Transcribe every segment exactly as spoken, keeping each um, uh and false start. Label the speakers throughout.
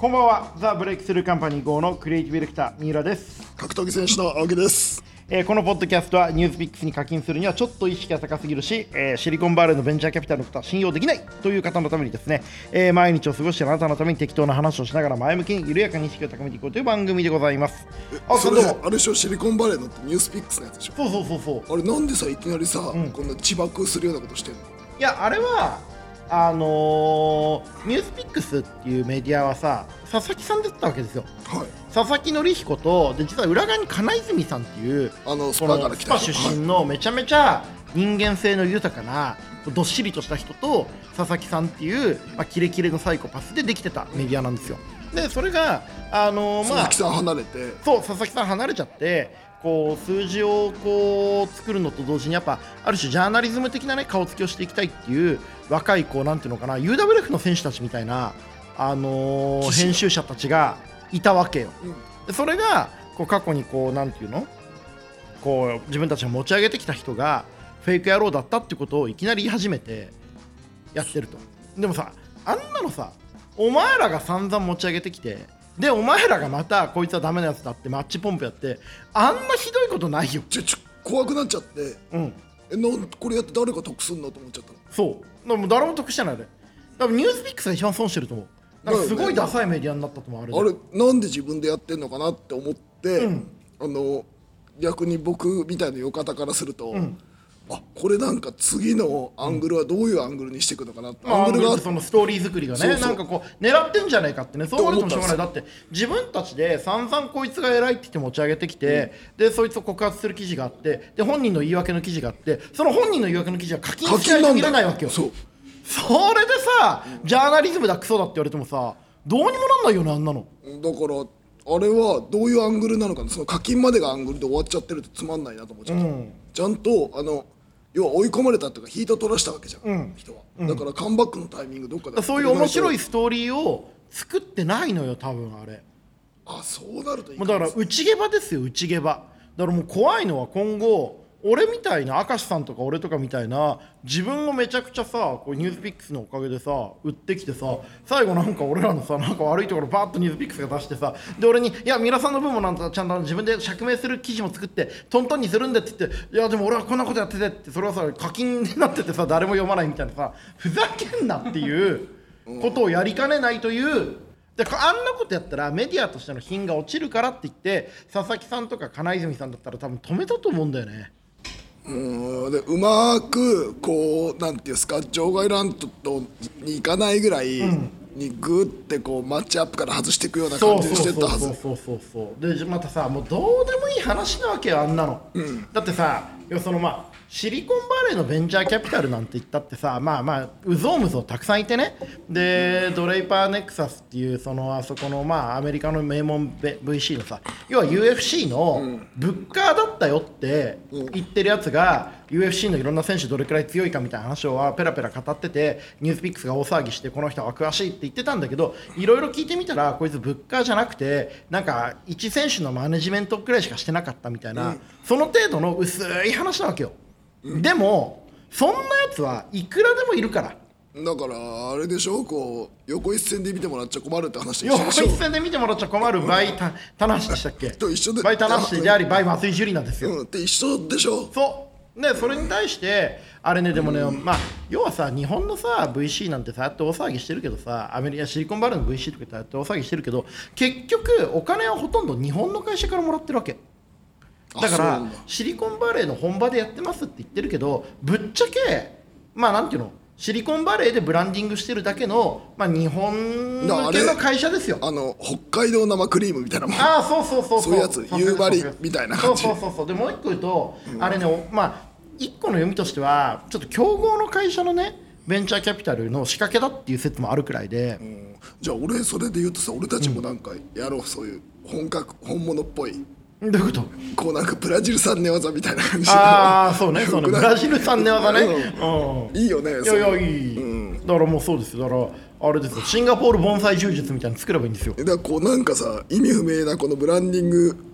Speaker 1: こんばんは。ザ・ブレイクスルーカンパニー ゴー のクリエイティブディレクター三浦です。
Speaker 2: 格闘技選手の青木です。
Speaker 1: えー、このポッドキャストはニュースピックスに課金するにはちょっと意識が高すぎるし、えー、シリコンバレーのベンチャーキャピタルのことは信用できないという方のためにですね、えー、毎日を過ごしているあなたのために適当な話をしながら前向きに緩やかに意識を高めていこうという番組でございます。
Speaker 2: あ、それあれでしょ、シリコンバレーのってニュースピックスのやつでしょ。
Speaker 1: そうそうそうそう。
Speaker 2: あれなんでさいきなりさ、うん、こんな自爆するようなことしてんの。
Speaker 1: いや、あれはあのー、ニュースピックスっていうメディアはさ、佐々木さんでやったわけですよ、はい、佐々木則彦と、で実は裏側に金泉さんっていう
Speaker 2: あのスパから来た
Speaker 1: スパ出身のめちゃめちゃ人間性の豊かなどっしりとした人と佐々木さんっていう、まあ、キレキレのサイコパスでできてたメディアなんですよ。でそれが、あのーまあ、
Speaker 2: 佐々木さん離れて
Speaker 1: そう佐々木さん離れちゃってこう数字をこう作るのと同時にやっぱある種ジャーナリズム的な、ね、顔つきをしていきたいっていう若いこうなんていうのかな ユーダブリューエフ の選手たちみたいな、あのー、編集者たちがいたわけよ、うん、でそれがこう過去にこうなんていうのこう自分たちが持ち上げてきた人がフェイク野郎だったってことをいきなり言い始めてやってると。でもさ、あんなのさお前らが散々持ち上げてきて、でお前らがまたこいつはダメなやつだってマッチポンプやって、あんなひどいことないよ。
Speaker 2: ちょちょ怖くなっちゃって、うん、えなんこれやって誰が得すんのと思っちゃったの。
Speaker 1: そうでも誰も得してないで。多分ニュースピックスが一番損してると思う。なんかすごいダサいメディアになったと思う。あれ
Speaker 2: あれなんで自分でやってんのかなって思って、うん、あの逆に僕みたいなよ方からすると、うん、あこれなんか次のアングルはどういうアングルにしていくのかなって、うん、
Speaker 1: アングルがそのストーリー作りがね、そうそうなんかこう狙ってんじゃないかってね、そう思われてもしょうがない。だって自分たちで散々こいつが偉いって言って持ち上げてきて、うん、でそいつを告発する記事があって、で本人の言い訳の記事があって、その本人の言い訳の記事は課金しないと見れないわけよ。そうそれでさ、ジャーナリズムだクソだって言われてもさ、どうにもなんないよね、あんなの。
Speaker 2: だからあれはどういうアングルなのかな、その課金までがアングルで終わっちゃってるとつまんないなと思っちゃった、うん、ちゃんとあの要は追い込まれたっていうかヒート取らしたわけじゃん、うん、人は、うん、だからカムバックのタイミングどっかで
Speaker 1: そういう面白いストーリーを作ってないのよ多分あれ。
Speaker 2: あ、そうなるといいか。
Speaker 1: だから内ゲバですよ、内ゲバ。だからもう怖いのは今後俺みたいな明石さんとか俺とかみたいな自分をめちゃくちゃさこうニュースピックスのおかげでさ売ってきてさ、最後なんか俺らのさなんか悪いところバーッとニュースピックスが出してさ、で俺にいや皆さんの分もなんかちゃんと自分で釈明する記事も作ってトントンにするんでって言って、いやでも俺はこんなことやっててって、それはさ課金になっててさ誰も読まないみたいなさ、ふざけんなっていうことをやりかねないという。であんなことやったらメディアとしての品が落ちるからって言って佐々木さんとか金泉さんだったら多分止めたと思うんだよね。
Speaker 2: うんでうまくこうなんていうんですか、場外乱闘にいかないぐらいにグッてこうマッチアップから外していくような感じにしてったはず。
Speaker 1: そうそうそうそうそう。でまたさもうどうでもいい話なわけよあんなの、うん、だってさ要はそのまあシリコンバレーのベンチャーキャピタルなんて言ったってさ、まあまあうぞうむぞうたくさんいてね、でドレイパーネクサスっていうそのあそこのまあアメリカの名門 ブイシー のさ、要は ユーエフシー のブッカーだったよって言ってるやつが ユーエフシー のいろんな選手どれくらい強いかみたいな話をペラペラ語ってて、ニュースピックスが大騒ぎしてこの人は詳しいって言ってたんだけど、いろいろ聞いてみたらこいつブッカーじゃなくてなんか一選手のマネジメントくらいしかしてなかったみたいな、その程度の薄い話なわけよ。でもそんなやつはいくらでもいるから。
Speaker 2: だからあれでしょ、こう横一線で見てもらっちゃ困るって話でしょ。
Speaker 1: 横一線で見てもらっちゃ困るバイタ棚橋でしたっけ
Speaker 2: と一緒で
Speaker 1: バイ棚橋でありバイ松井樹里なんですよ、
Speaker 2: うん、って一緒でしょ。
Speaker 1: そうでそれに対してあれね、でもね、うん、まあ要はさ日本のさ ブイシー なんてさやって大騒ぎしてるけどさ、アメリカシリコンバレーの ブイシー とかやって大騒ぎしてるけど、結局お金はほとんど日本の会社からもらってるわけだから、シリコンバレーの本場でやってますって言ってるけど、ぶっちゃけまあなんていうの、シリコンバレーでブランディングしてるだけの、まあ、日本向けの会社ですよ。
Speaker 2: あの北海道生クリームみたいなもん。
Speaker 1: ああそうそうそう
Speaker 2: そういうやつ、夕張みたいな感じ。
Speaker 1: そうそうそう。でもう一個言うと、うん、あれね、まあ一個の読みとしてはちょっと競合の会社のねベンチャーキャピタルの仕掛けだっていう説もあるくらいで、うん、
Speaker 2: じゃあ俺それで言うとさ、俺たちもなんかやろう、うん、そういう本格本物っぽい。
Speaker 1: どういうこと？
Speaker 2: こうなんかブラジル産寝技みたいな感じで。
Speaker 1: ああそうね、そうね、ブラジル産寝技ね、
Speaker 2: うん、いいよね。
Speaker 1: いやいやいい、うん、だからもうそうですよ。だからあれですよ、シンガポール盆栽柔術みたいなの作ればいいんですよ。
Speaker 2: だからこうなんかさ意味不明なこのブランディング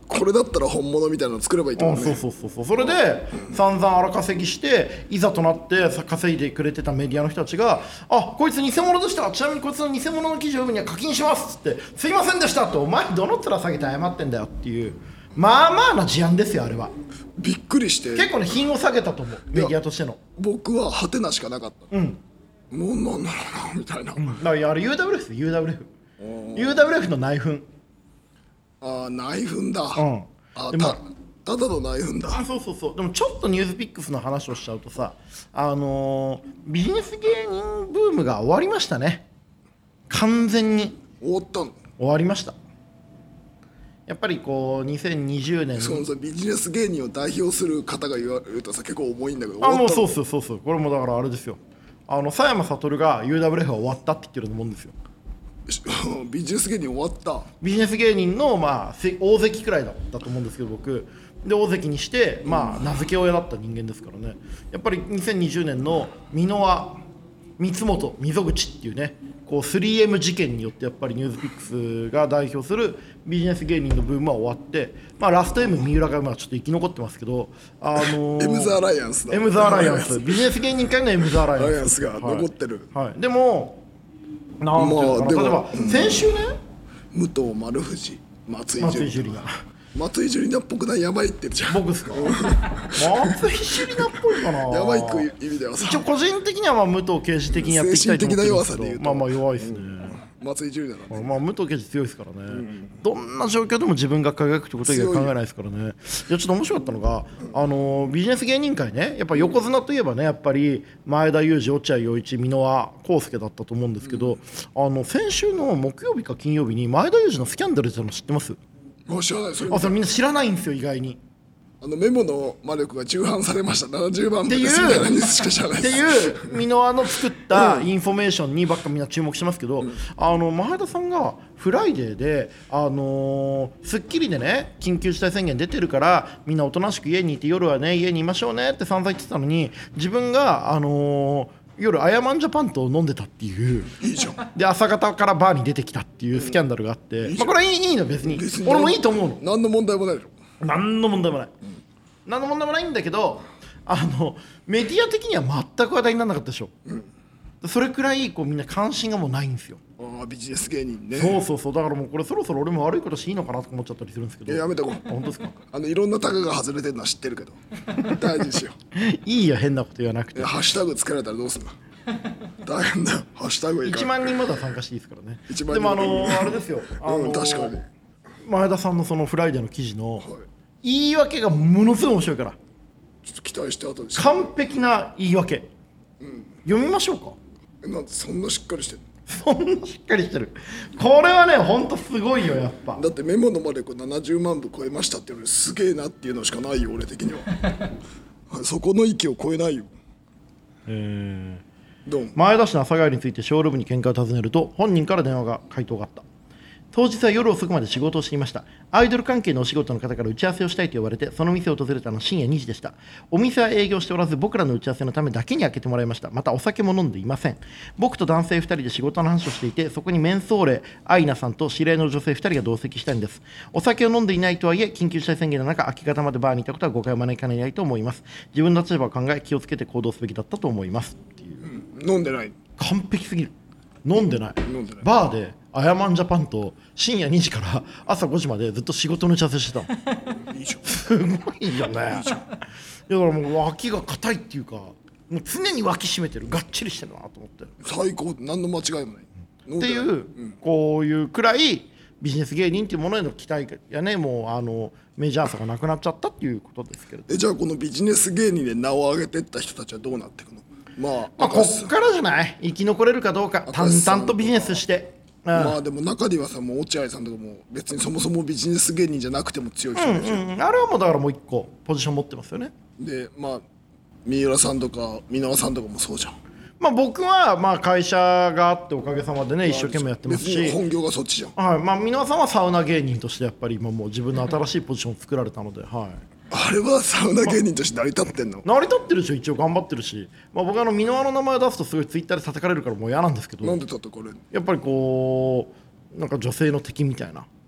Speaker 2: これだったら本物みたいなの作ればいいと思うね。
Speaker 1: あそうそうそうそうそれで散々荒稼ぎしていざとなってさ稼いでくれてたメディアの人たちが「あこいつ偽物でした、ちなみにこいつの偽物の記事を読むには課金します」って「すいませんでした」って「お前どの面下げて謝ってんだよ」っていうまあまあな事案ですよあれは。
Speaker 2: びっくりして
Speaker 1: 結構ね品を下げたと思うメディアとしての。
Speaker 2: 僕はハテナしかなかった、うん、もうなんだろうなみたいな、うん、
Speaker 1: だからあれ ユーダブリュエフ です ユーダブリュエフ ユーダブリュエフ の内紛。
Speaker 2: ああ内紛だ、
Speaker 1: うん
Speaker 2: あたただの内紛だ。
Speaker 1: そうそうそう。でもちょっとニュースピックスの話をしちゃうとさ、あのー、ビジネス芸人ブームが終わりましたね。完全に
Speaker 2: 終わったの。
Speaker 1: 終わりました。やっぱりこうにせんにじゅうねん
Speaker 2: そのさビジネス芸人を代表する方が言われるとさ結構重いんだけど、
Speaker 1: あもうそうっすよそうっすよ。これもだからあれですよ、あの佐山悟が ユーダブリュエフ が終わったって言ってるようなもんですよ。
Speaker 2: ビジネス芸人終わった。
Speaker 1: ビジネス芸人の、まあ、大関くらいだったと思うんですけど僕で大関にして、まあ、名付け親だった人間ですからね。やっぱりにせんにじゅうねんの箕輪三本溝口っていうねこう スリーエム 事件によってやっぱりニュースピックスが代表するビジネス芸人のブームは終わって、まあ、ラスト M 三浦がまあちょっと生き残ってますけど、あのー、
Speaker 2: エムズアライアンスだ。
Speaker 1: エムズアライアンスビジネス芸人界の エムズアライアンス
Speaker 2: が残ってる、
Speaker 1: はいはい、でもなんていうのかな、まあ、例えば、うん、先週ね
Speaker 2: 武藤丸藤松井
Speaker 1: 松井樹里奈
Speaker 2: 松井樹里奈っぽくないやばいって言っちゃう。
Speaker 1: 僕っすか松井樹里奈っぽいかな
Speaker 2: やばいっていう意味ではさ
Speaker 1: 一応個人的にはまあ武藤刑事的にやっていきたいと思ってるんですけどまあまあ弱いですね、うん
Speaker 2: 松井樹里奈なんで、
Speaker 1: まあ、武藤刑事強いですからね、うん、どんな状況でも自分が輝くってこと以外考えないですからね。いやちょっと面白かったのが、うん、あのビジネス芸人界ねやっぱ横綱といえばねやっぱり前田裕二落合陽一箕輪康介だったと思うんですけど、うん、あの先週の木曜日か金曜日に前田裕二のスキャンダルっての知ってます？
Speaker 2: あ知らない。それ
Speaker 1: あそれみんな知らないんですよ意外に。
Speaker 2: あのメモの魔力が重版されましたななじゅうまん
Speaker 1: 部です
Speaker 2: みたいなニュースしか知らない
Speaker 1: ですっていう箕輪の作ったインフォメーションにばっかみんな注目してますけど、うん、あの前田さんがフライデーで、あのー、スッキリでね緊急事態宣言出てるからみんなおとなしく家にいて夜はね家にいましょうねって散々言ってたのに自分が、あのー、夜アヤマンジャパンと飲んでたっていう
Speaker 2: いいじゃん
Speaker 1: で朝方からバーに出てきたっていうスキャンダルがあって、うん、まあ、これはいいの別に別に俺もいいと思うの。
Speaker 2: 何の問題もないでしょ。
Speaker 1: 何の問題もない、うん何の問題もないんだけどあのメディア的には全く話題にならなかったでしょ、うん、それくらいこうみんな関心がもうないんですよ。
Speaker 2: あビジネス芸人ね。
Speaker 1: そうそうそうだからもうこれそろそろ俺も悪いことしていいのかなと思っちゃったりするんですけど。
Speaker 2: いややめてこう
Speaker 1: 本当ですか
Speaker 2: あのいろんなタグが外れてるのは知ってるけど大事にしよう
Speaker 1: いいよ変なこと言わなくて。
Speaker 2: ハッシュタグつけられたらどうすんの大変だよハッシュタグい
Speaker 1: いちまん人まだ参加していいですからね。
Speaker 2: いちまん
Speaker 1: でもあのー、あれですよ、あのー、
Speaker 2: うん、確かに
Speaker 1: 前田さんのそのフライデーの記事の、はい、言い訳がものすごい面白いから
Speaker 2: ちょっと期待して後で
Speaker 1: 完璧な言い訳、うん、読みましょうか。
Speaker 2: えなんでそんなしっかりしてる
Speaker 1: そんなしっかりしてる。これはねほんとすごいよやっぱ。
Speaker 2: だってメモの魔力ななじゅうまん部超えましたっていうのにすげえなっていうのしかないよ俺的にはそこの域を超えないよ。
Speaker 1: えー、どう前田氏の朝帰りについてショールームに見解を尋ねると本人から電話が回答があった。当日は夜遅くまで仕事をしていました。アイドル関係のお仕事の方から打ち合わせをしたいと言われてその店を訪れたのは深夜にじでした。お店は営業しておらず僕らの打ち合わせのためだけに開けてもらいました。またお酒も飲んでいません。僕と男性ふたりで仕事の話をしていてそこにメンソーレ、アイナさんと知り合いの女性ふたりが同席したんです。お酒を飲んでいないとはいえ緊急事態宣言の中明け方までバーにいたことは誤解を招かないと思います。自分の立場を考え気をつけて行動すべきだったと思いますっていう、
Speaker 2: うん、飲んでない。
Speaker 1: 完璧すぎる。飲んでない。飲んでない。バーでアヤマンジャパンと深夜にじから朝ごじまでずっと仕事の打ち合わせしてたの。いいじゃん。すごいよね。いいじゃん。だからもう脇が硬いっていうか、もう常に脇締めてる、がっちりしてるなと思って。
Speaker 2: 最高、何の間違いもない。
Speaker 1: っていう、うん、こういうくらいビジネス芸人っていうものへの期待やね、もうあのメジャーさがなくなっちゃったっていうことですけれど。
Speaker 2: えじゃあこのビジネス芸人で名を上げてった人たちはどうなっていくの？まあ、
Speaker 1: まあこっからじゃない。生き残れるかどうか、淡々とビジネスして。うん、
Speaker 2: まあでも中にはさもう落合さんとかも別にそもそもビジネス芸人じゃなくても強い人でしょ、うんうん、
Speaker 1: あれはもうだからもう一個ポジション持ってますよね。
Speaker 2: でまあ三浦さんとか箕輪さんとかもそうじゃん。
Speaker 1: まあ僕はまあ会社があっておかげさまでね一生懸命やってますし、
Speaker 2: 別に本業がそっちじゃん。
Speaker 1: はい、まあ箕輪さんはサウナ芸人としてやっぱり今もう自分の新しいポジションを作られたので、はい。
Speaker 2: あれはサウナ芸人として成り立ってんの？
Speaker 1: 成り立ってるでしょ、一応頑張ってるし、まあ、僕はあの箕輪の名前を出すとすごいツイッターで叩かれるからもう嫌なんですけど、
Speaker 2: なんで叩かれるの？
Speaker 1: やっぱりこうなんか女性の敵みたいな。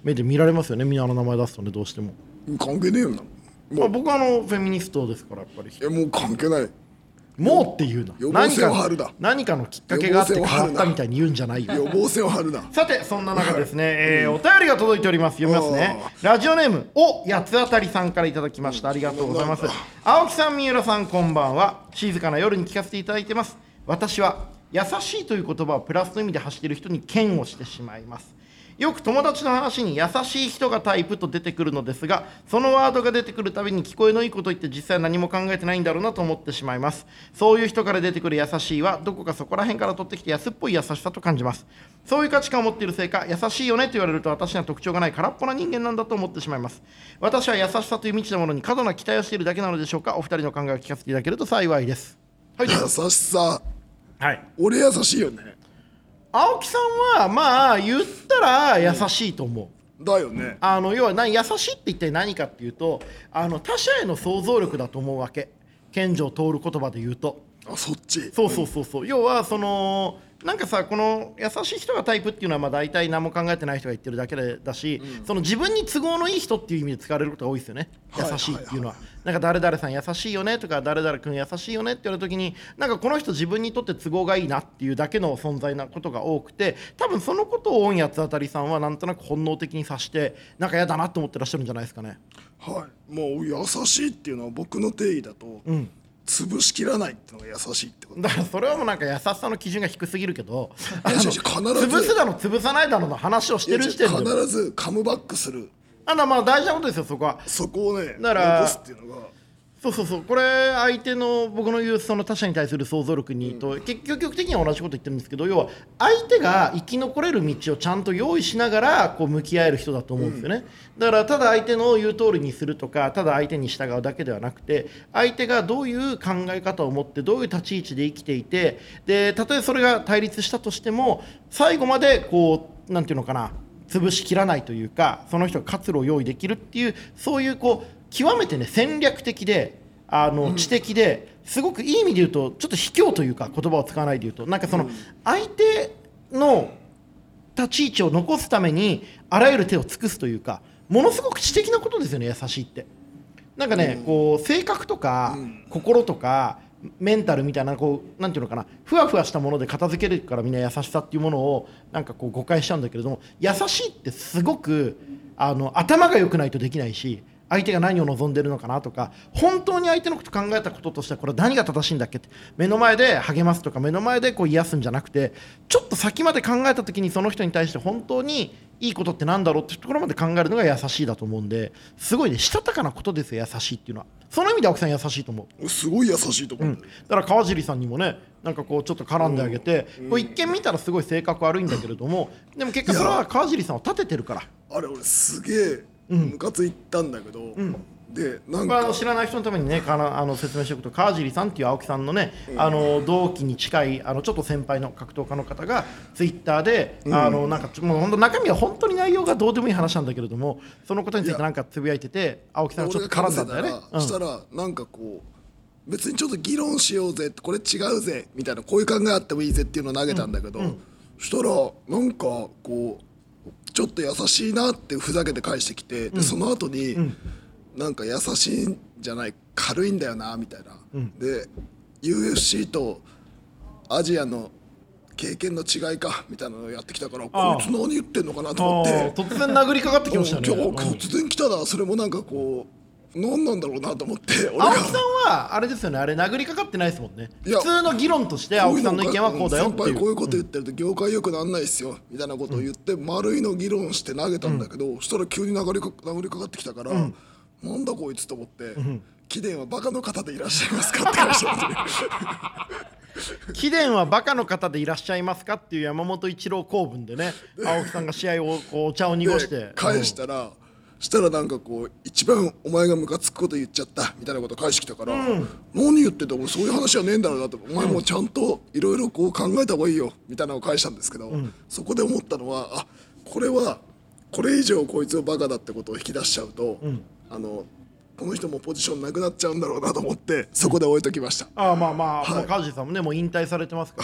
Speaker 1: 目で見られますよね、みんなの名前出すとね、どうしても。
Speaker 2: 関係ねえよな。
Speaker 1: まあ、僕はあのフェミニストですから、やっぱり。
Speaker 2: いやもう関係ない。
Speaker 1: もうっていうな、
Speaker 2: 予防線を張るな。
Speaker 1: 何かのきっかけがあって変わったみたいに言うんじゃないよ。
Speaker 2: 予防線を張るな。
Speaker 1: さて、そんな中ですね、えー、お便りが届いております。読みますね。ラジオネームおやつあたりさんからいただきました。ありがとうございます。青木さん、三浦さん、こんばんは。静かな夜に聞かせていただいてます。私は優しいという言葉をプラスの意味で発している人に嫌悪してしまいます。よく友達の話に優しい人がタイプと出てくるのですが、そのワードが出てくるたびに聞こえのいいことを言って実際何も考えてないんだろうなと思ってしまいます。そういう人から出てくる優しいはどこかそこら辺から取ってきて安っぽい優しさと感じます。そういう価値観を持っているせいか、優しいよねと言われると私には特徴がない空っぽな人間なんだと思ってしまいます。私は優しさという未知のものに過度な期待をしているだけなのでしょうか。お二人の考えを聞かせていただけると幸いです。
Speaker 2: はい、優しさ、
Speaker 1: はい、
Speaker 2: 俺優しいよね。
Speaker 1: 青木さんはまあ言ったら優しいと思う、
Speaker 2: だよね。
Speaker 1: あの要は何優しいって一体何かっていうと、あの他者への想像力だと思うわけ。賢治を通る言葉で言うと、
Speaker 2: あ、そっち。
Speaker 1: そうそうそうそう、要はそのなんかさ、この優しい人がタイプっていうのはまあ大体何も考えてない人が言ってるだけでだし、うん、その自分に都合のいい人っていう意味で使われることが多いですよね、優しいっていうのは。なんか誰々さん優しいよねとか、誰々君優しいよねって言われた時に、なんかこの人自分にとって都合がいいなっていうだけの存在なことが多くて、多分そのことをオンやつあたりさんはなんとなく本能的に察して、なんか嫌だなと思ってらっしゃるんじゃないですかね。
Speaker 2: はい、もう優しいっていうのは僕の定義だと、うん、潰しきらないっていうのが優しいってこと
Speaker 1: だから、それはもうなんか優しさの基準が低すぎるけど、
Speaker 2: いやいや必ず
Speaker 1: 潰すだの潰さないだのの話をしてる時点で
Speaker 2: 必ずカムバックする。
Speaker 1: あのまあ大事なことですよ、そこは。
Speaker 2: そこをね、
Speaker 1: だから
Speaker 2: 残すっていうのが、
Speaker 1: そうそうそう、これ相手の僕の言うその他者に対する想像力にと、うん、結局的には同じこと言ってるんですけど、要は相手が生き残れる道をちゃんと用意しながらこう向き合える人だと思うんですよね、うん、だからただ相手の言う通りにするとか、ただ相手に従うだけではなくて、相手がどういう考え方を持ってどういう立ち位置で生きていて、でたとえそれが対立したとしても最後までこうなんていうのかな、潰しきらないというか、その人が活路を用意できるっていう、そういうこう極めてね戦略的であの知的ですごくいい意味で言うとちょっと卑怯というか、言葉を使わないで言うと、なんかその相手の立ち位置を残すためにあらゆる手を尽くすというか、ものすごく知的なことですよね、優しいって。なんかね、こう性格とか心とかメンタルみたいな、こうなんていうのかな、ふわふわしたもので片付けるからみんな優しさっていうものをなんかこう誤解しちゃうんだけれども、優しいってすごくあの頭が良くないとできないし、相手が何を望んでるのかなとか、本当に相手のこと考えたこととしてはこれ何が正しいんだっけって、目の前で励ますとか目の前でこう癒すんじゃなくて、ちょっと先まで考えた時にその人に対して本当にいいことってなんだろうっていうところまで考えるのが優しいだと思うんで、すごいねしたたかなことですよ、優しいっていうのは。その意味で青木さん優しいと思う。
Speaker 2: すごい優しいと思う、うん、だ
Speaker 1: から川尻さんにもね、なんかこうちょっと絡んであげて、うん、こう一見見たらすごい性格悪いんだけれども、でも結果それは川尻さんを立ててるから。
Speaker 2: あれ俺すげえムカついたんだけど、うん、でなんか、
Speaker 1: まあ、知らない人のためにね、かあの説明しておくと、川尻さんっていう青木さんのね、うん、あの同期に近いあのちょっと先輩の格闘家の方がツイッターで、うん、あのなんかもう本当中身は本当に内容がどうでもいい話なんだけれども、そのことについてなんかつぶやいてて、青木さんがちょっと絡んだんだよね。
Speaker 2: そしたらなんかこう別にちょっと議論しようぜ、これ違うぜみたいな、こういう考えあってもいいぜっていうのを投げたんだけど、うんうん、そしたらなんかこうちょっと優しいなってふざけて返してきて、でその後に、うん、なんか優しいんじゃない、軽いんだよなみたいな、うん、で ユーエフシー とアジアの経験の違いかみたいなのをやってきたから、こいつ何言ってんのかなと思って、
Speaker 1: 突然殴りかかってきましたね。
Speaker 2: 突然来たな。それもなんかこう何なんだろうなと思って。
Speaker 1: 青木さんはあれですよね、あれ殴りかかってないですもんね。普通の議論として青木さんの意見はこうだよっていう、
Speaker 2: 先輩こういうこと言ってると業界良くなんないっすよみたいなことを言って、うん、丸いの議論して投げたんだけど、うん、そしたら急に殴りか、殴りかかってきたから、うん、なんだこいつと思って、うん、貴殿はバカの方でいらっしゃいますかって話したんで
Speaker 1: 貴殿はバカの方でいらっしゃいますかっていう山本一郎公文でね、青木さんが試合をこうお茶を濁して
Speaker 2: 返したら、うん、したらなんかこう一番お前がムカつくこと言っちゃったみたいなこと返してきたから、うん、何言っててもそういう話はねえんだろうなと、お前もちゃんといろいろこう考えた方がいいよみたいなのを返したんですけど、うん、そこで思ったのは、あ、これはこれ以上こいつをバカだってことを引き出しちゃうと、うん、あのこの人もポジションなくなっちゃうんだろうなと思って、そこで置いときました。
Speaker 1: ああ、まあまあ、はい、川尻さんもねもう引退されてますからね、はい、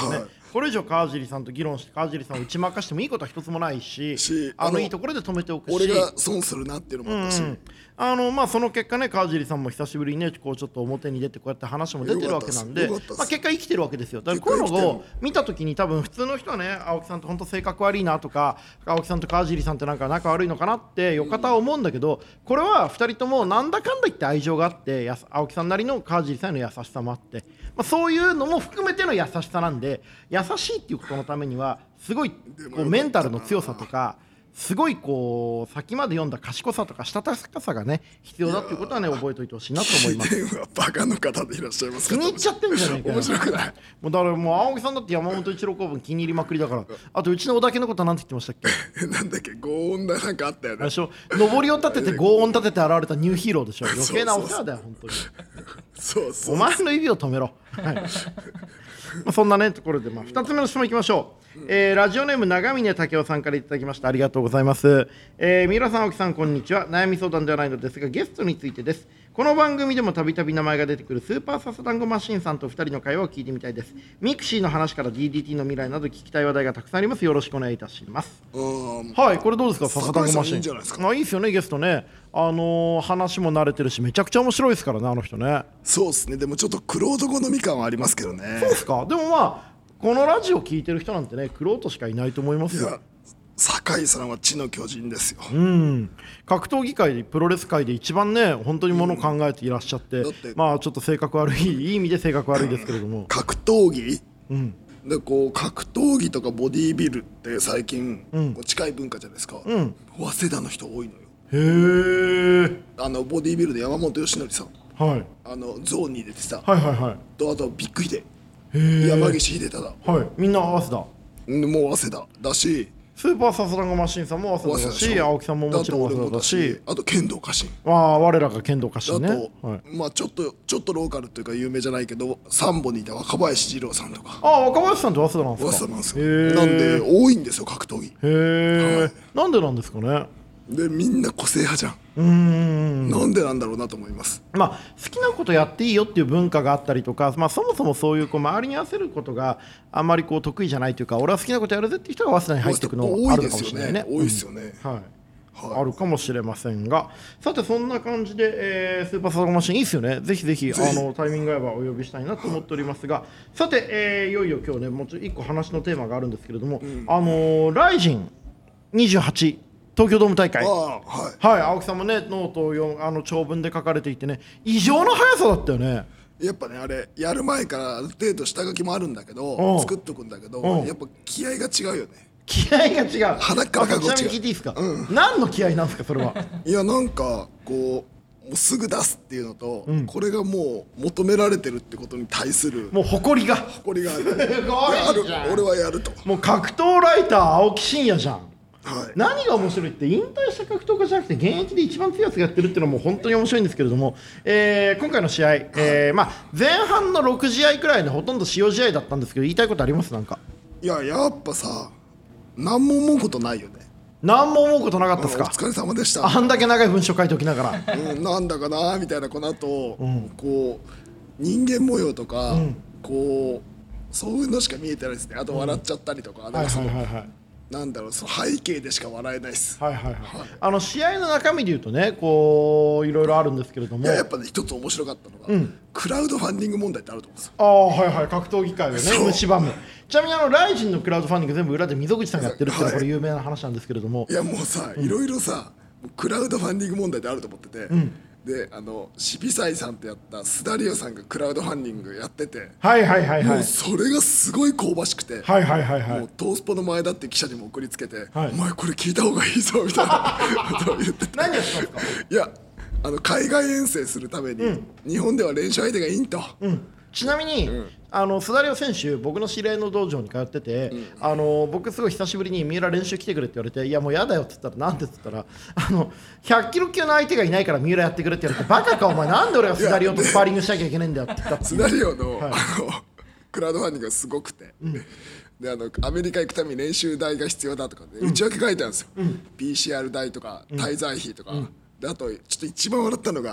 Speaker 1: これ以上川尻さんと議論して川尻さんを打ち負かしてもいいことは一つもないし、
Speaker 2: し
Speaker 1: あのいいところで止めておくし、
Speaker 2: 俺が損するなっていうのもあったし、
Speaker 1: うん、あのまあ、その結果ね川尻さんも久しぶりにねこうちょっと表に出てこうやって話も出てるわけなんで、まあ、結果生きてるわけですよ。だからこういうのを見た時に多分普通の人はね青木さんと本当性格悪いなとか青木さんと川尻さんってなんか仲悪いのかなってよかたは思うんだけど、これはふたりともなんだかんだ言って愛情があってや青木さんなりの川尻さんへの優しさもあって、まあ、そういうのも含めての優しさなんで、優しいっていうことのためにはすごいこうメンタルの強さとかすごいこう先まで読んだ賢さとかしたたかさがね必要だっていうことはね覚えておいてほしいなと思います。
Speaker 2: はバカの方でいらっしゃいますか。
Speaker 1: 気に入っちゃってんじゃないかよ。
Speaker 2: 面白くない。
Speaker 1: もうだからもう青木さんだって山本一郎公文気に入りまくりだから。あとうちの小田家のことなんて言ってましたっけ
Speaker 2: なんだっけ、轟音だなんかあったよね。
Speaker 1: あれでしょ、上りを立てて轟音立てて現れたニューヒーローでしょ。余計なお世話だよ本当に。
Speaker 2: そうそう、
Speaker 1: お前の指を止めろ。はい、まあそんなねところで、まあ、ふたつめの質問いきましょう。えー、ラジオネーム長峰武雄さんからいただきました。ありがとうございます。えー、三浦さん青木さんこんにちは。悩み相談ではないのですがゲストについてです。この番組でもたびたび名前が出てくるスーパーサスダンゴマシンさんとふたりの会話を聞いてみたいです。ミクシーの話から ディーディーティー の未来など聞きたい話題がたくさんあります。よろしくお願いいたします。はい、これどうですかサスダンゴマシン。いいんじゃないですか。まあいいですよねゲストね。あのー、話も慣れてるしめちゃくちゃ面白いですからねあの人ね。
Speaker 2: そうですね。でもちょっと玄人好み感はありますけどね。
Speaker 1: そうですか。でもまあこのラジオ聞いてる人なんてね玄人しかいないと思いますよ。いや
Speaker 2: 酒井さんは知の巨人ですよ。
Speaker 1: うん、格闘技界プロレス界で一番ね本当にものを考えていらっしゃって、うん、ってまあちょっと性格悪いいい意味で性格悪いですけれども
Speaker 2: 格闘技、
Speaker 1: うん、
Speaker 2: でこう格闘技とかボディービルって最近、うん、近い文化じゃないですか、うん、早稲田の人多いのよ。
Speaker 1: へえ。
Speaker 2: あのボディービルで山本義則さん、
Speaker 1: はい、
Speaker 2: あのゾーンに出てさ、
Speaker 1: はいはいはい、
Speaker 2: とあとビッグヒデ、山岸秀忠、
Speaker 1: はい、みんな早稲田。
Speaker 2: もう早稲田だし、
Speaker 1: スーパーサスダンゴマシンさんも早稲田だし、青木さんももちろん早稲田だし、
Speaker 2: あと剣道家臣、
Speaker 1: ああ我らが剣道家臣ね。
Speaker 2: あと、はい、まあちょっとちょっとローカルっていうか有名じゃないけどサンボにいた若林二郎さんとか。
Speaker 1: ああ若林さんって早稲田なんですか。
Speaker 2: 早稲田なんですよ。なんで多いんですよ格闘技。
Speaker 1: へえ、はい、なんでなんですかね。
Speaker 2: でみんな個性派じゃん。
Speaker 1: うーん、
Speaker 2: なんでなんだろうなと思います。
Speaker 1: まあ、好きなことやっていいよっていう文化があったりとか、まあ、そもそもそういうこう周りに合わせることがあんまりこう得意じゃないというか俺は好きなことやるぜっていう人が早稲田に入っていくのあるのかもしれないね。
Speaker 2: 多いですよね。
Speaker 1: はいはい、あるかもしれませんが、さてそんな感じで、えー、スーパーサスダンゴマシンいいですよね。ぜひぜひあのタイミング合えばお呼びしたいなと思っておりますが、さて、えー、いよいよ今日ねもうちょっといっこ話のテーマがあるんですけれども、うん、あのー、ライジンにじゅうはち東京ドーム大会、
Speaker 2: はい、
Speaker 1: はい、青木さんもねノートを読あの長文で書かれていてね異常な速さだったよね。
Speaker 2: やっぱねあれやる前からある程度下書きもあるんだけど作っとくんだけどやっぱ気合が違うよね。
Speaker 1: 気合が違う。
Speaker 2: 鼻から書く違う。
Speaker 1: ちなみに聞いていいですか、うん、何の気合なんですかそれは。
Speaker 2: いやなんかこうもうすぐ出すっていうのと、うん、これがもう求められてるってことに対する
Speaker 1: もう誇りが
Speaker 2: 誇りがある。
Speaker 1: すごいじゃん。
Speaker 2: 俺はやると。
Speaker 1: もう格闘ライター青木真也じゃん。
Speaker 2: はい、
Speaker 1: 何が面白いって引退した格闘家じゃなくて現役で一番強いやつがやってるっていうのも本当に面白いんですけれども、えー、今回の試合、えーまあ、前半のろく試合くらいでほとんど使用試合だったんですけど言いたいことありますなんか。
Speaker 2: いややっぱさ何も思うことないよね。
Speaker 1: 何も思うことなかったですか。
Speaker 2: お疲れ様でした。
Speaker 1: あんだけ長い文章書いておきながら、
Speaker 2: うん、なんだかなみたいなこの後、うん、こう人間模様とか、うん、こうそういうのしか見えてないですね。あと笑っちゃったりとか、うん、なんかその、はいはいはいはい、なんだろうその背景でしか笑えないです。
Speaker 1: はいはいはい。はい、あの試合の中身でいうとねこういろいろあるんですけれども、
Speaker 2: いややっぱね一つ面白かったのが、うん、クラウドファンディング問題ってあると思うんですよ。
Speaker 1: ああはいはい格闘技界をね蝕む。ちなみにあのライジンのクラウドファンディング全部裏で溝口さんがやってるっていうのはこれ有名な話なんですけれども、
Speaker 2: いやもうさ、うん、いろいろさクラウドファンディング問題ってあると思ってて、うん、であのシビサイさんってやったスダリオさんがクラウドファンディングやってて、
Speaker 1: はいはいはいはい、
Speaker 2: もうそれがすごい香ばしくて、
Speaker 1: はいはいはいはい、
Speaker 2: もうトースポの前だって記者にも送りつけて、はい、お前これ聞いた方がいいぞみたいなことを言ってて
Speaker 1: 何やったんですか。
Speaker 2: いやあの海外遠征するために、うん、日本では練習相手がいいんと、うん、
Speaker 1: ちなみに、うん、あのスダリオ選手僕の知り合いの道場に通ってて、うん、あの僕すごい久しぶりに三浦練習来てくれって言われていやもうやだよって言ったらなんでって言ったらあのひゃっキロ級の相手がいないから三浦やってくれって言われてバカかお前なんで俺がスダリオとスパーリングしなきゃいけないんだよって言ったって。
Speaker 2: スダリオの、はい、あのクラウドファンディングがすごくて、うん、であのアメリカ行くために練習代が必要だとかで、うん、内訳書いてあるんですよ、うん、ピーシーアール 代とか滞在費とか、うん、であとちょっと一番笑ったのが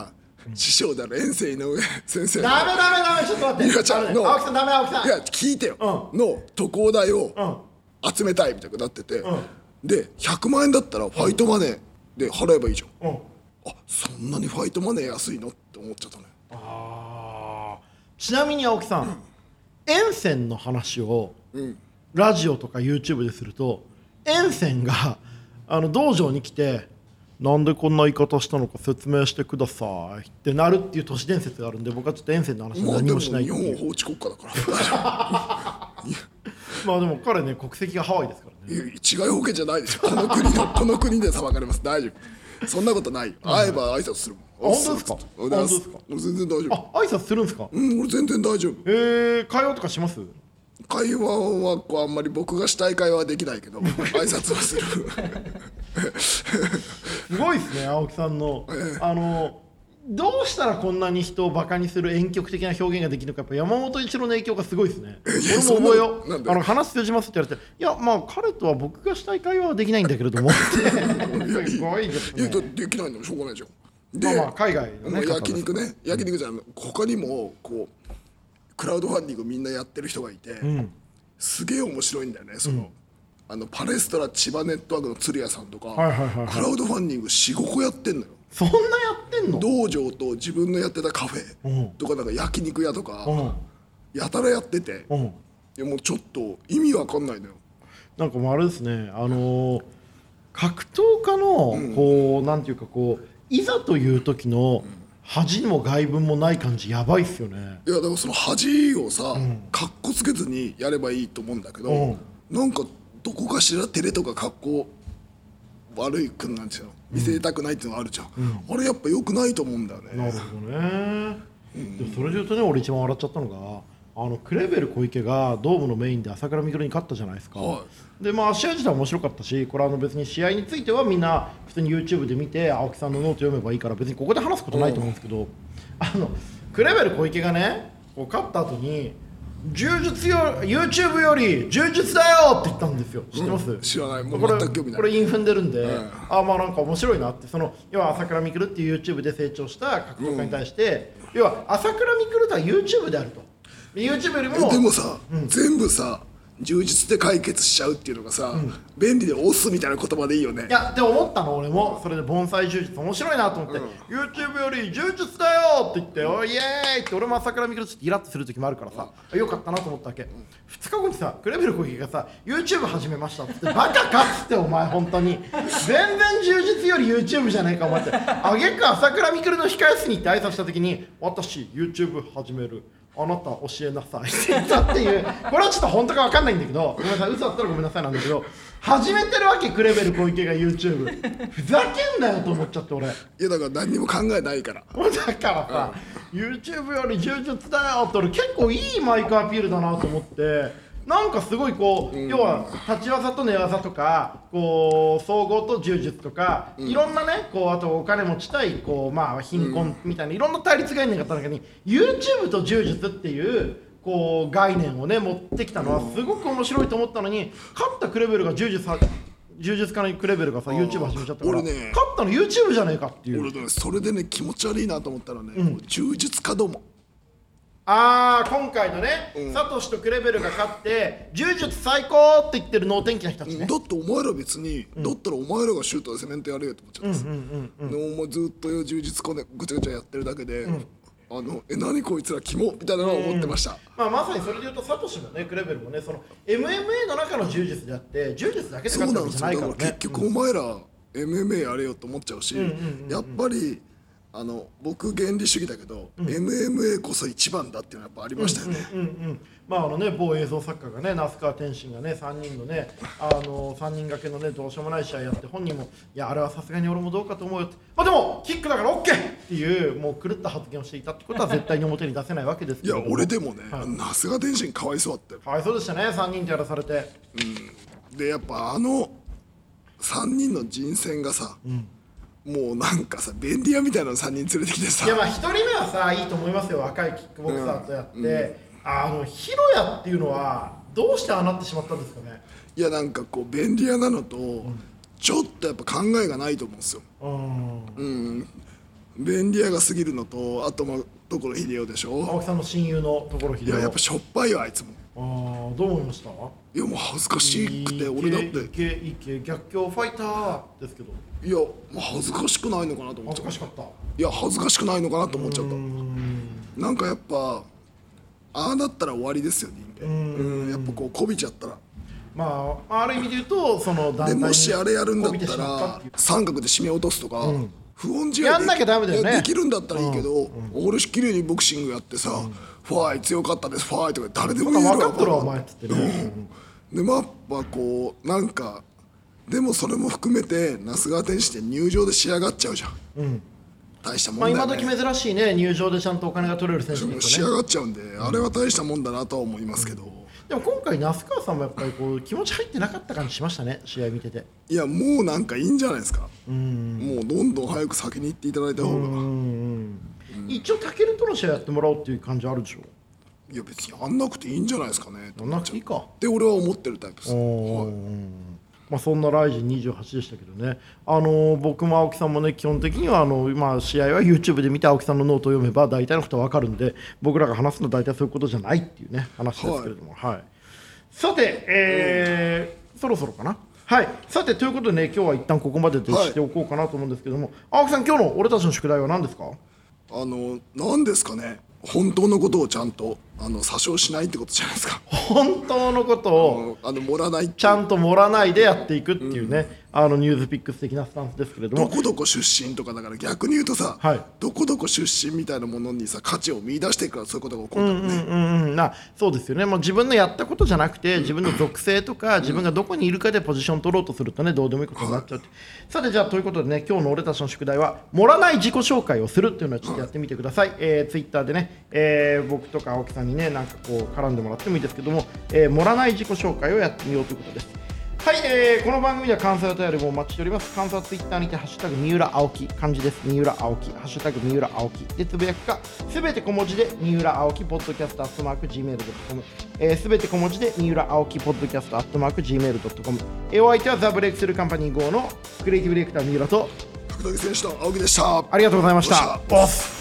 Speaker 2: 師匠である遠征井上先生
Speaker 1: ダメダメダメちょっと待って
Speaker 2: いやちゃんの
Speaker 1: 青木さんダメ青木さん
Speaker 2: いや聞いてよ、
Speaker 1: う
Speaker 2: の渡航代を集めたいみたいになってて、
Speaker 1: うん
Speaker 2: でひゃくまんえんだったらファイトマネーで払えばいいじゃん、
Speaker 1: うん、
Speaker 2: あそんなにファイトマネー安いのって思っちゃったね。
Speaker 1: あちなみに青木さん、うん、沿線の話を、
Speaker 2: うん、
Speaker 1: ラジオとか YouTube ですると沿線があの道場に来てなんでこんな言い方したのか説明してくださいってなるっていう都市伝説があるんで、僕はちょっと沿線の話は何もしないっていう。
Speaker 2: まあでも日本は法治国家だから
Speaker 1: まあでも彼ね国籍がハワイですからね。
Speaker 2: 違い保険じゃないでしょこの国のこの国で裁かれます。大丈夫そんなことないよ。会えば挨拶するもん。
Speaker 1: あ本当ですか。本当ですか。
Speaker 2: 俺全然大丈夫。
Speaker 1: あ挨拶するんですか。
Speaker 2: うん俺全然大丈夫。
Speaker 1: えー、会話とかします。
Speaker 2: 会話はこうあんまり僕がしたい会話はできないけど挨拶はする
Speaker 1: すごいですね青木さんの、ええ、あのどうしたらこんなに人をバカにする婉曲的な表現ができるのか、やっぱ山本一郎の影響がすごいですね。俺も覚えよう。あの話通じますって言われて、いやまあ彼とは僕がしたい会話はできないんだけれどもってすごいですね。
Speaker 2: いやできないのしょうがないじゃん。で、
Speaker 1: まあ、まあ海外のね
Speaker 2: 焼肉ね焼肉じゃん、他にもこうクラウドファンディングみんなやってる人がいて、うん、すげえ面白いんだよね。その、うん、あのパレストラ千葉ネットワークの鶴屋さんとか、はいはいはいはい、クラウドファンディングよん、ごこやってんのよ。
Speaker 1: そんなやってんの。
Speaker 2: 道場と自分のやってたカフェとかなんか焼肉屋とか、うん、やたらやってて、うん、いやもうちょっと意味わかんないのよ。
Speaker 1: なんかもうあれですね、あのー、格闘家のこう、うん、なんていうかこういざという時の、うん恥も外分もない感じやばいっすよね。
Speaker 2: いやだからその恥をさ、うん、かっこつけずにやればいいと思うんだけど、うん、なんかどこかしら照れとかかっこ悪いくんなんですよ、見せたくないっていうのがあるじゃん、うん、あれやっぱ良くないと思うんだよね。
Speaker 1: なるほどね、うん、でもそれで言うとね俺一番笑っちゃったのがあのクレベル小池がドームのメインで朝倉未来に勝ったじゃないですか、はい、でまあ試合自体は面白かったし、これはあの別に試合についてはみんな普通に YouTube で見て青木さんのノート読めばいいから別にここで話すことないと思うんですけど、あのクレベル小池がねこう勝った後に柔術よ YouTube より柔術だよって言ったんですよ。知ってます、うん、
Speaker 2: 知らない。もう
Speaker 1: これ
Speaker 2: 全く興味ない。
Speaker 1: これインフンでるんで、うん、あまあなんか面白いなって。その要は朝倉未来っていう YouTube で成長した格闘家に対して、うん、要は朝倉未来とは YouTube であると。YouTube よりも
Speaker 2: でもさ、うん、全部さ充実で解決しちゃうっていうのがさ、うん、便利で押すみたいな言葉でいいよね。
Speaker 1: いやって思ったの俺も。それで盆栽充実面白いなと思って、うん、YouTube より充実だよって言っておいイエーイって俺も朝倉未来ってイラッとする時もあるからさ、うん、よかったなと思ったわけ、うん、ふつかごにさクレベル小池がさ YouTube 始めましたってってバカかっつってお前本当に全然充実より YouTube じゃないかお前ってあげく朝倉未来の控え室に行って挨拶した時に私 YouTube 始めるあなた教えなさいって言ったっていうこれはちょっと本当か分かんないんだけどごめんなさい嘘だったらごめんなさいなんだけど始めてるわけクレベル小池が YouTube ふざけんなよと思っちゃって俺。い
Speaker 2: やだから何にも考えないから
Speaker 1: だからさ、うん、YouTube より充実だよって俺結構いいマイクアピールだなと思ってなんかすごいこう、うん、要は立ち技と寝技とかこう総合と柔術とか、うん、いろんなねこうあとお金持ち対こうまあ貧困みたいな、うん、いろんな対立概念があった中に YouTube と柔術っていうこう概念をね持ってきたのはすごく面白いと思ったのに、勝ったクレベルが柔術柔術家のクレベルがさ YouTube 始めちゃったから、ね、勝ったの YouTube じゃねえかっていう。
Speaker 2: 俺ねそれでね気持ち悪いなと思ったらね、うん、柔術家ども
Speaker 1: あー今回のね、うん、サトシとクレベルが勝って柔術最高って言ってる能天気な人たちね。
Speaker 2: だってお前ら別に、うん、だったらお前らがシュートでセメントやれよって思っちゃってさ、お前ずっと柔術こねぐちゃぐちゃやってるだけで、うん、あのえ何こいつらキモみたいなのは思ってました、うんまあ、
Speaker 1: まさにそれでいうとサトシもねクレベルもねその エムエムエー の中の柔術であって柔術だけで勝つわけじゃないからね。
Speaker 2: そうなんですよ。だから結局お前ら エムエムエー やれよと思っちゃうし、やっぱりあの僕原理主義だけど、うん、エムエムエー こそ一番だっていうのはやっぱありましたよね。
Speaker 1: うんうんうんうん、まああのね某映像作家がね那須川天心がねさんにんのねあのさんにん掛けのねどうしようもない試合やって本人もいやあれはさすがに俺もどうかと思うよって、まあでもキックだから OK っていうもう狂った発言をしていたってことは絶対に表に出せないわけですけど
Speaker 2: いや俺でもね、はい、那須川天心かわいそうだったよ。
Speaker 1: かわいそうでしたねさんにんとやらされて、
Speaker 2: うん、でやっぱあのさんにんの人選がさ、うんもうなんかさ便利屋みたいなのさんにん連れてきてさ。
Speaker 1: いやまあひとりめはさいいと思いますよ。若いキックボクサーとやって、うんうん、あのヒロヤっていうのはどうしてああなってしまったんですかね。
Speaker 2: いやなんかこう便利屋なのと、うん、ちょっとやっぱ考えがないと思うんですよ。うん、うん、 便利屋が過ぎるのと、あとまあ所秀夫でしょ。
Speaker 1: 青木さんの親友のところ秀夫。
Speaker 2: いややっぱしょっぱいよあいつも。
Speaker 1: ああ、どう思いました？
Speaker 2: いやもう恥ずかしくて、俺だって
Speaker 1: いけいけ逆境ファイターですけど。
Speaker 2: いやもう恥ずかしくないのかなと思っちゃった。
Speaker 1: 恥ずかしかった。
Speaker 2: いや恥ずかしくないのかなと思っちゃった。なんかやっぱああだったら終わりですよ人間。うんやっぱこうこびちゃったら。
Speaker 1: まあある意味で言うとその団体に
Speaker 2: でもしあれやるんだった
Speaker 1: こびてしまった
Speaker 2: ら
Speaker 1: っていう
Speaker 2: 三角で締め落とすとか、不穏試合
Speaker 1: やんなきゃダメだよね
Speaker 2: いやできるんだったらいいけど、俺しきりにボクシングやってさ、ファイ強かったですファイとか誰でも言えるわ。
Speaker 1: 分かっとるわお前っつってね。
Speaker 2: でまあやっぱこうなんかでもそれも含めて那須川天心って入場で仕上がっちゃうじゃん、大したもん
Speaker 1: まあ
Speaker 2: だよね。
Speaker 1: 今時珍しいね、入場でちゃんとお金が取れる選手
Speaker 2: でも仕
Speaker 1: ですよね。
Speaker 2: 上がっちゃうんで、あれは大したもんだなとは思いますけど、
Speaker 1: でも今回那須川さんもやっぱりこう気持ち入ってなかった感じしましたね、試合見てて。
Speaker 2: いやもうなんかいいんじゃないですか。もうどんどん早く先に行っていただいた方が。
Speaker 1: 一応タケルとの試合やってもらおうっていう感じあるでしょ。
Speaker 2: いや別にやんなくていいんじゃないですかね
Speaker 1: やんなくていいか
Speaker 2: って俺は思ってるタイプです。はい
Speaker 1: まあ、そんなライジンにじゅうはちでしたけどね、あのー僕も青木さんもね、基本的にはあの、まあ、試合は YouTube で見て青木さんのノートを読めば大体のことは分かるんで、僕らが話すのは大体そういうことじゃないっていうね話ですけれども、はいはい、さて、えー、そろそろかな。はい、さてということでね、今日は一旦ここまででしておこうかなと思うんですけども、はい、青木さん、今日の俺たちの宿題は何ですか？
Speaker 2: あの何ですかね、本当のことをちゃんとあの詐称しないってことじゃないですか。
Speaker 1: 本当のことを
Speaker 2: あの盛らない
Speaker 1: ちゃんと盛らないでやっていくっていうね、うん、あのニュースピックス的なスタンスですけれども、
Speaker 2: どこどこ出身とかだから逆に言うとさ、はい、どこどこ出身みたいなものにさ価値を見出していくからそういうことが起こるんだろうね。うんうんうん、
Speaker 1: なそうですよね。もう自分のやったことじゃなくて、自分の属性とか、うん、自分がどこにいるかでポジション取ろうとするとね、どうでもいいことになっちゃう、はい、さてじゃあということでね、今日の俺たちの宿題は盛らない自己紹介をするっていうのをちょっとやってみてください。はい、えー、ツイッターでね、えー、僕とか青木さんにねなんかこう絡んでもらってもいいですけども、えー、盛らない自己紹介をやってみようということです。はい、えー、この番組では感想やお便りもお待ちしております。感想はツイッターにてハッシュタグ三浦青木、漢字です。三浦青木、ハッシュタグ三浦青木でつぶやくか、すべて小文字で三浦青木ポッドキャストアットマーク ジーメールドットコム、えー、すべて小文字で三浦青木ポッドキャストアットマーク ジーメールドットコム、えー、お相手はザ・ブレイクスルーカンパニー ゴー のクリエイティブディレクター三浦と
Speaker 2: 福富選手の青木でした。
Speaker 1: ありがとうございました。ボス